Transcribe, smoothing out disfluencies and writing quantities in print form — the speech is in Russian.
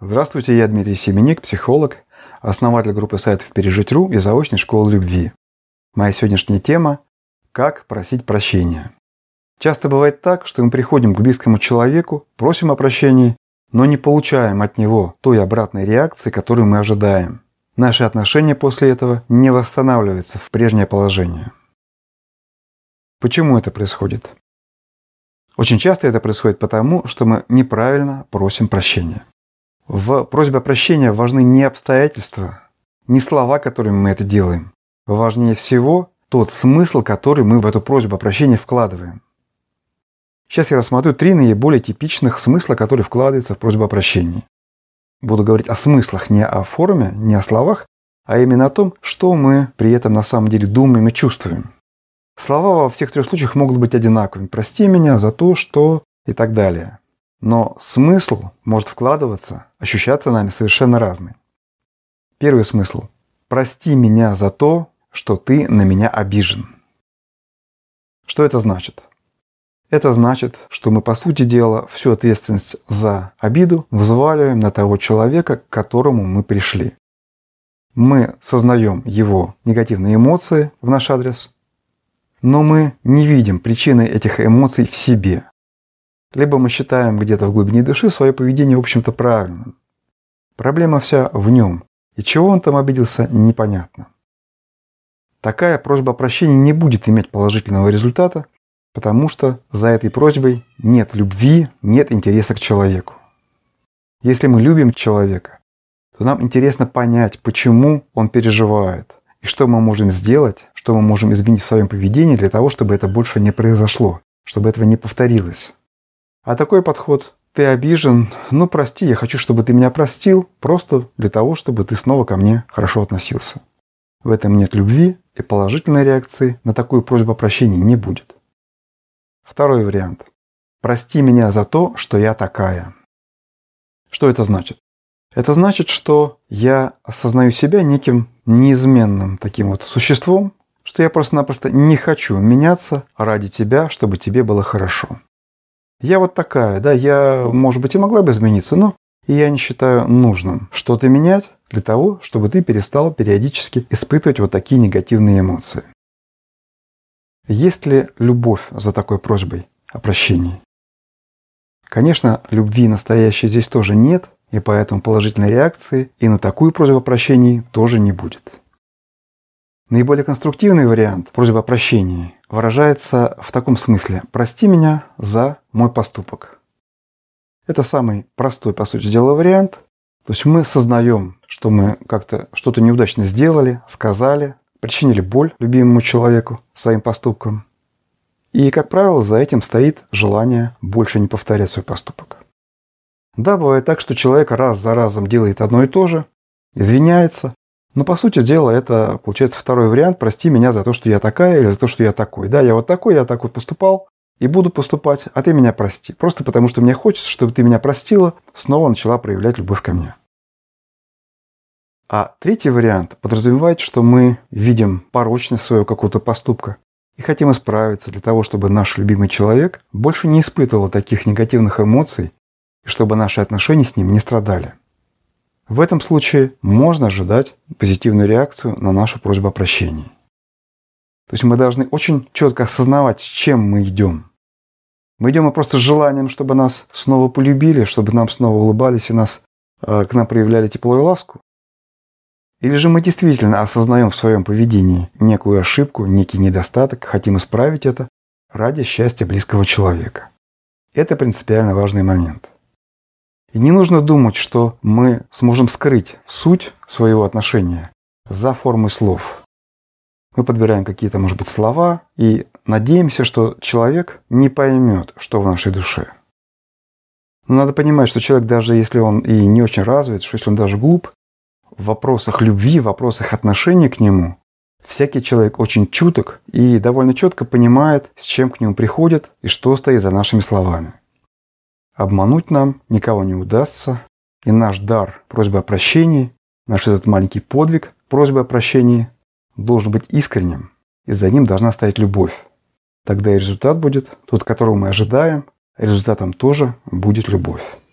Здравствуйте, я Дмитрий Семеник, психолог, основатель группы сайтов «Пережить.ру» и заочной школы любви. Моя сегодняшняя тема – как просить прощения. Часто бывает так, что мы приходим к близкому человеку, просим о прощении, но не получаем от него той обратной реакции, которую мы ожидаем. Наши отношения после этого не восстанавливаются в прежнее положение. Почему это происходит? Очень часто это происходит потому, что мы неправильно просим прощения. В просьбе о прощении важны не обстоятельства, не слова, которыми мы это делаем. Важнее всего тот смысл, который мы в эту просьбу о прощении вкладываем. Сейчас я рассмотрю 3 наиболее типичных смысла, которые вкладываются в просьбу о прощении. Буду говорить о смыслах, не о форме, не о словах, а именно о том, что мы при этом на самом деле думаем и чувствуем. Слова во всех 3 случаях могут быть одинаковыми. «Прости меня за то, что…» и так далее. Но смысл может вкладываться, ощущаться нами совершенно разный. Первый смысл. «Прости меня за то, что ты на меня обижен». Что это значит? Это значит, что мы, по сути дела, всю ответственность за обиду взваливаем на того человека, к которому мы пришли. Мы сознаем его негативные эмоции в наш адрес, но мы не видим причины этих эмоций в себе. Либо мы считаем где-то в глубине души свое поведение, в общем-то, правильным. Проблема вся в нем, и чего он там обиделся, непонятно. Такая просьба о прощении не будет иметь положительного результата, потому что за этой просьбой нет любви, нет интереса к человеку. Если мы любим человека, то нам интересно понять, почему он переживает, и что мы можем сделать, что мы можем изменить в своем поведении для того, чтобы это больше не произошло, чтобы этого не повторилось. А такой подход – ты обижен, ну прости, я хочу, чтобы ты меня простил, просто для того, чтобы ты снова ко мне хорошо относился. В этом нет любви, и положительной реакции на такую просьбу о прощении не будет. Второй вариант. Прости меня за то, что я такая. Что это значит? Это значит, что я осознаю себя неким неизменным таким вот существом, что я просто-напросто не хочу меняться ради тебя, чтобы тебе было хорошо. Я вот такая, да, я, может быть, и могла бы измениться, но я не считаю нужным что-то менять для того, чтобы ты перестал периодически испытывать вот такие негативные эмоции. Есть ли любовь за такой просьбой о прощении? Конечно, любви настоящей здесь тоже нет, и поэтому положительной реакции и на такую просьбу о прощении тоже не будет. Наиболее конструктивный вариант просьбы о прощении выражается в таком смысле: «Прости меня за мой поступок». Это самый простой, по сути дела, вариант. То есть мы сознаем, что мы как-то что-то неудачно сделали, сказали, причинили боль любимому человеку своим поступком. И, как правило, за этим стоит желание больше не повторять свой поступок. Да, бывает так, что человек раз за разом делает одно и то же, извиняется, но, по сути дела, это, получается, второй вариант: «Прости меня за то, что я такая, или за то, что я такой». Да, я так вот поступал и буду поступать, а ты меня прости. Просто потому, что мне хочется, чтобы ты меня простила, снова начала проявлять любовь ко мне. А третий вариант подразумевает, что мы видим порочность своего какого-то поступка и хотим исправиться для того, чтобы наш любимый человек больше не испытывал таких негативных эмоций и чтобы наши отношения с ним не страдали. В этом случае можно ожидать позитивную реакцию на нашу просьбу о прощении. То есть мы должны очень четко осознавать, с чем мы идем. Мы идем просто с желанием, чтобы нас снова полюбили, чтобы нам снова улыбались и к нам проявляли тепло и ласку. Или же мы действительно осознаем в своем поведении некую ошибку, некий недостаток, хотим исправить это ради счастья близкого человека. Это принципиально важный момент. И не нужно думать, что мы сможем скрыть суть своего отношения за формой слов. Мы подбираем какие-то, может быть, слова и надеемся, что человек не поймет, что в нашей душе. Но надо понимать, что человек, даже если он и не очень развит, что если он даже глуп, в вопросах любви, в вопросах отношений к нему, всякий человек очень чуток и довольно четко понимает, с чем к нему приходит и что стоит за нашими словами. Обмануть нам никого не удастся, и наш дар просьбы о прощении, наш этот маленький подвиг просьбы о прощении должен быть искренним, и за ним должна стоять любовь. Тогда и результат будет тот, которого мы ожидаем, результатом тоже будет любовь.